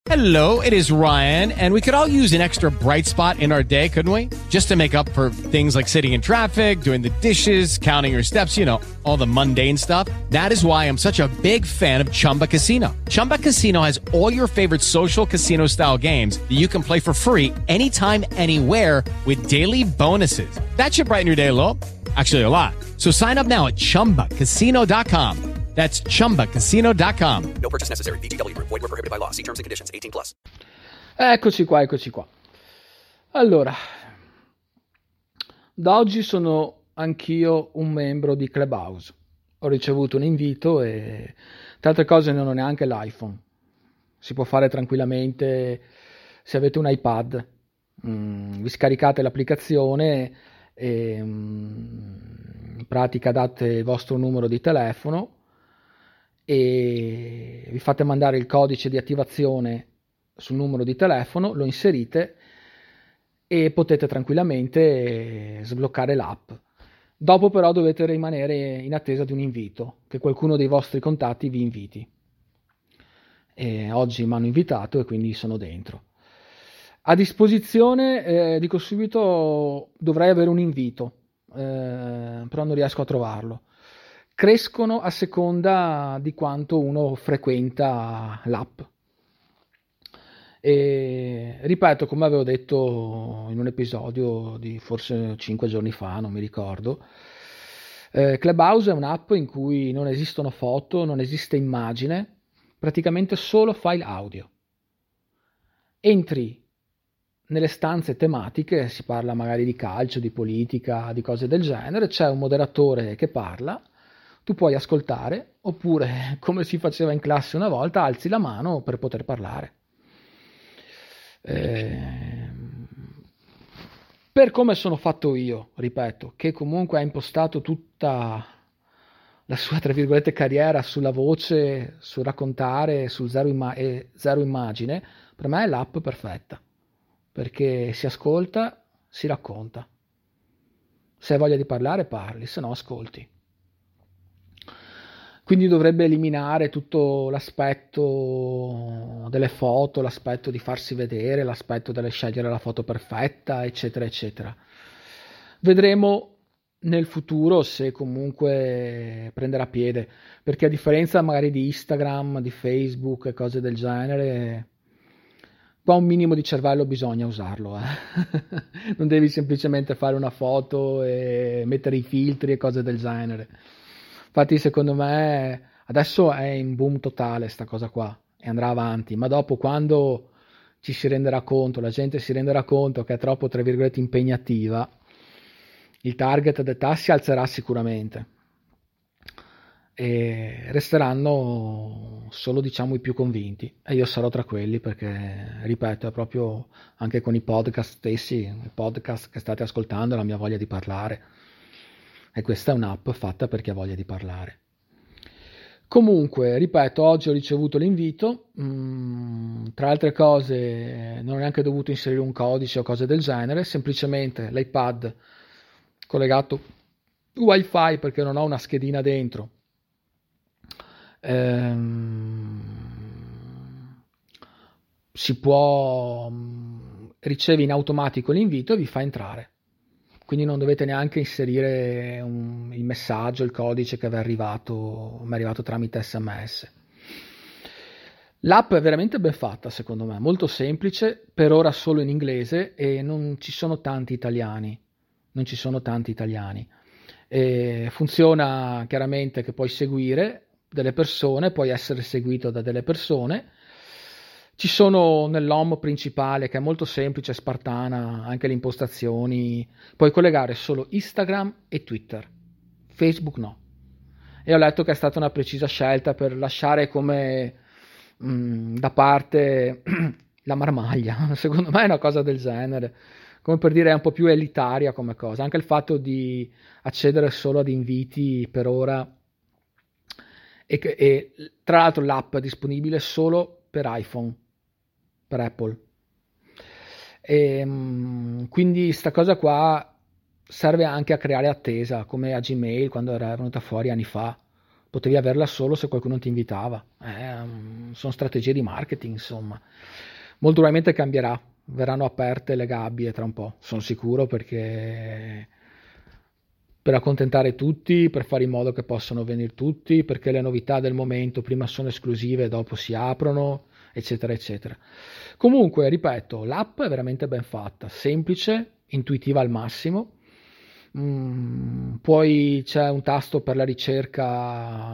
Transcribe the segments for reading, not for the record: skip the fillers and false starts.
Hello, it is Ryan, and we could all use an extra bright spot in our day, couldn't we? Just to make up for things like sitting in traffic, doing the dishes, counting your steps, you know, all the mundane stuff. That is why I'm such a big fan of Chumba Casino. Chumba Casino has all your favorite social casino-style games that you can play for free anytime, anywhere with daily bonuses. That should brighten your day a little. Actually, a lot. So sign up now at ChumbaCasino.com. That's ChumbaCasino.com. No purchase necessary. VGW Group. Void where prohibited by law. See terms and conditions. 18 plus. Eccoci qua. Allora, da oggi sono anch'io un membro di Clubhouse. Ho ricevuto un invito e, tra altre cose, non ho neanche l'iPhone. Si può fare tranquillamente se avete un iPad. Vi scaricate l'applicazione e in pratica date il vostro numero di telefono e vi fate mandare il codice di attivazione sul numero di telefono, lo inserite e potete tranquillamente sbloccare l'app. Dopo però dovete rimanere in attesa di un invito, che qualcuno dei vostri contatti vi inviti. E oggi mi hanno invitato e quindi sono dentro. A disposizione, dico subito, dovrei avere un invito, però non riesco a trovarlo. Crescono a seconda di quanto uno frequenta l'app. E ripeto, come avevo detto in un episodio di forse 5 giorni fa, non mi ricordo, Clubhouse è un'app in cui non esistono foto, non esiste immagine, praticamente solo file audio. Entri nelle stanze tematiche, si parla magari di calcio, di politica, di cose del genere, c'è un moderatore che parla, tu puoi ascoltare, oppure, come si faceva in classe una volta, alzi la mano per poter parlare. Per come sono fatto io, ripeto, che comunque ha impostato tutta la sua, tra virgolette, carriera sulla voce, sul raccontare, sul zero immagine, per me è l'app perfetta, perché si ascolta, si racconta. Se hai voglia di parlare, parli, se no ascolti. Quindi dovrebbe eliminare tutto l'aspetto delle foto, l'aspetto di farsi vedere, l'aspetto delle scegliere la foto perfetta, eccetera, eccetera. Vedremo nel futuro se comunque prenderà piede, perché a differenza magari di Instagram, di Facebook e cose del genere, qua un minimo di cervello bisogna usarlo. Non devi semplicemente fare una foto e mettere i filtri e cose del genere. Infatti secondo me adesso è in boom totale sta cosa qua e andrà avanti, ma dopo quando ci si renderà conto, la gente si renderà conto che è troppo, tra virgolette, impegnativa, il target d'età si alzerà sicuramente e resteranno solo, diciamo, i più convinti, e io sarò tra quelli, perché ripeto, è proprio anche con i podcast stessi, il podcast che state ascoltando, la mia voglia di parlare. E questa è un'app fatta per chi ha voglia di parlare. Comunque, ripeto, oggi ho ricevuto l'invito, tra altre cose non ho neanche dovuto inserire un codice o cose del genere, semplicemente l'iPad collegato wifi perché non ho una schedina dentro, si può riceve in automatico l'invito e vi fa entrare. Quindi non dovete neanche inserire il messaggio, il codice che mi è arrivato tramite SMS. L'app è veramente ben fatta, secondo me, molto semplice, per ora solo in inglese e non ci sono tanti italiani. Funziona chiaramente che puoi seguire delle persone, puoi essere seguito da delle persone. Ci sono nell'home principale, che è molto semplice, spartana, anche le impostazioni. Puoi collegare solo Instagram e Twitter, Facebook no. E ho letto che è stata una precisa scelta per lasciare come da parte la marmaglia. Secondo me è una cosa del genere, come per dire, è un po' più elitaria come cosa. Anche il fatto di accedere solo ad inviti per ora, e tra l'altro l'app è disponibile solo per iPhone, per Apple, e quindi sta cosa qua serve anche a creare attesa, come a Gmail quando era venuta fuori anni fa, Potevi averla solo se qualcuno ti invitava. Sono strategie di marketing, insomma. Molto probabilmente cambierà, verranno aperte le gabbie tra un po', sono sicuro, perché per accontentare tutti, per fare in modo che possano venire tutti, perché le novità del momento prima sono esclusive e dopo si aprono, eccetera, eccetera. Comunque, ripeto, l'app è veramente ben fatta, semplice, intuitiva al massimo. Poi c'è un tasto per la ricerca,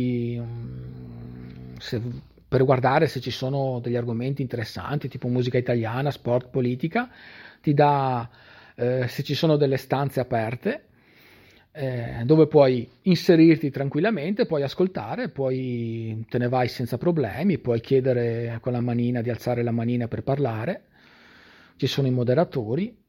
per guardare se ci sono degli argomenti interessanti, tipo musica italiana, sport, politica, ti dà se ci sono delle stanze aperte, dove puoi inserirti tranquillamente, puoi ascoltare, poi te ne vai senza problemi, puoi chiedere con la manina di alzare la manina per parlare, ci sono i moderatori,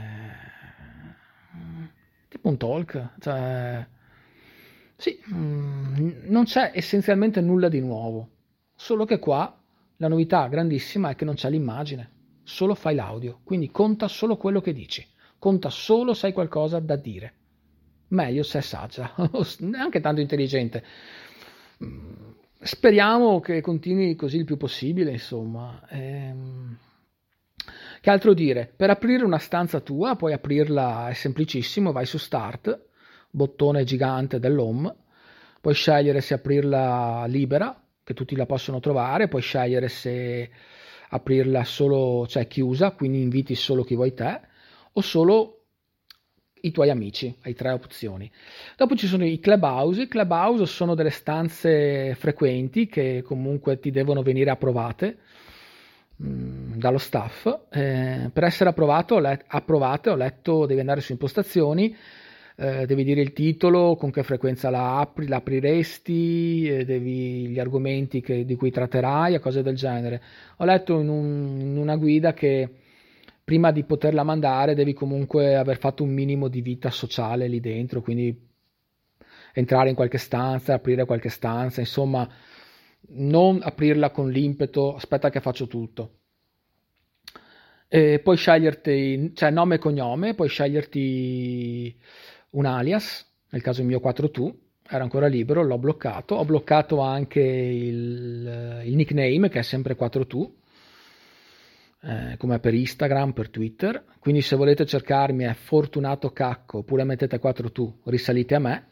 tipo un talk, cioè sì, non c'è essenzialmente nulla di nuovo, solo che qua la novità grandissima è che non c'è l'immagine, solo fai l'audio, quindi conta solo quello che dici, conta solo se hai qualcosa da dire. Meglio se è saggia, neanche tanto intelligente. Speriamo che continui così il più possibile, insomma. Che altro dire? Per aprire una stanza tua, puoi aprirla, è semplicissimo, vai su Start, bottone gigante dell'home, puoi scegliere se aprirla libera, che tutti la possono trovare, puoi scegliere se aprirla solo, cioè chiusa, quindi inviti solo chi vuoi te, o solo i tuoi amici, hai 3 opzioni. Dopo ci sono i clubhouse. I clubhouse sono delle stanze frequenti che comunque ti devono venire approvate dallo staff. Per essere approvate ho letto, devi andare su impostazioni, devi dire il titolo, con che frequenza l'apriresti, gli argomenti di cui tratterai e cose del genere. Ho letto in una guida che prima di poterla mandare devi comunque aver fatto un minimo di vita sociale lì dentro, quindi entrare in qualche stanza, aprire qualche stanza, insomma, non aprirla con l'impeto, aspetta che faccio tutto. E puoi sceglierti, cioè nome e cognome, puoi sceglierti un alias, nel caso mio 4tu, era ancora libero, l'ho bloccato, ho bloccato anche il nickname che è sempre 4tu, come per Instagram, per Twitter, quindi se volete cercarmi è Fortunato Cacco, oppure mettete 4tu, risalite a me.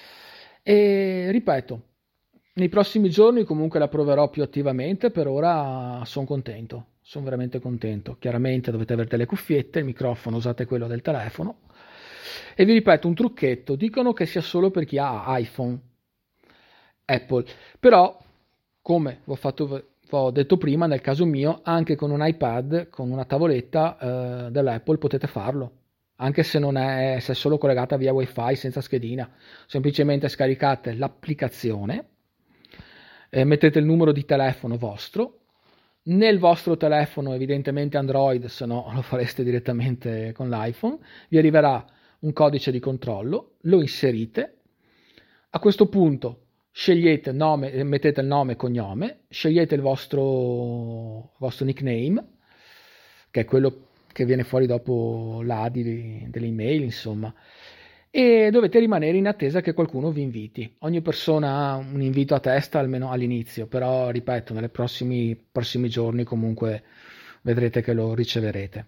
E ripeto, nei prossimi giorni comunque la proverò più attivamente, per ora sono contento, sono veramente contento. Chiaramente dovete avere delle cuffiette, il microfono usate quello del telefono, e vi ripeto un trucchetto, dicono che sia solo per chi ha iPhone, Apple, però come ho detto prima, nel caso mio, anche con un iPad, con una tavoletta dell'Apple potete farlo, anche se se è solo collegata via wifi senza schedina. Semplicemente scaricate l'applicazione, mettete il numero di telefono vostro, nel vostro telefono evidentemente Android, se no lo fareste direttamente con l'iPhone, vi arriverà un codice di controllo, lo inserite, a questo punto scegliete nome, mettete il nome e cognome, scegliete il vostro nickname, che è quello che viene fuori dopo delle email, insomma, e dovete rimanere in attesa che qualcuno vi inviti. Ogni persona ha un invito a testa, almeno all'inizio, però ripeto, nei prossimi giorni comunque vedrete che lo riceverete.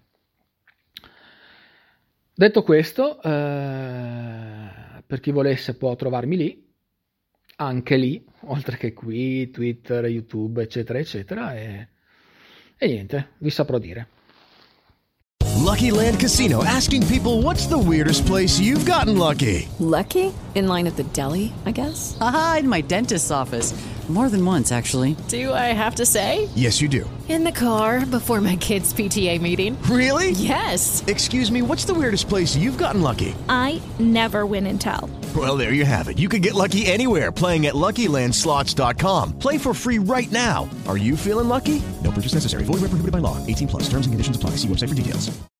Detto questo, per chi volesse può trovarmi lì, anche lì, oltre che qui, Twitter, YouTube, eccetera, eccetera, e niente, vi saprò dire. Lucky Land Casino, asking people, what's the weirdest place you've gotten lucky? Lucky? In line at the deli, I guess? Aha, in my dentist's office. More than once, actually. Do I have to say? Yes, you do. In the car before my kids' PTA meeting. Really? Yes. Excuse me, what's the weirdest place you've gotten lucky? I never win and tell. Well, there you have it. You can get lucky anywhere, playing at LuckyLandSlots.com. Play for free right now. Are you feeling lucky? No purchase necessary. Void where prohibited by law. 18+. Terms and conditions apply. See website for details.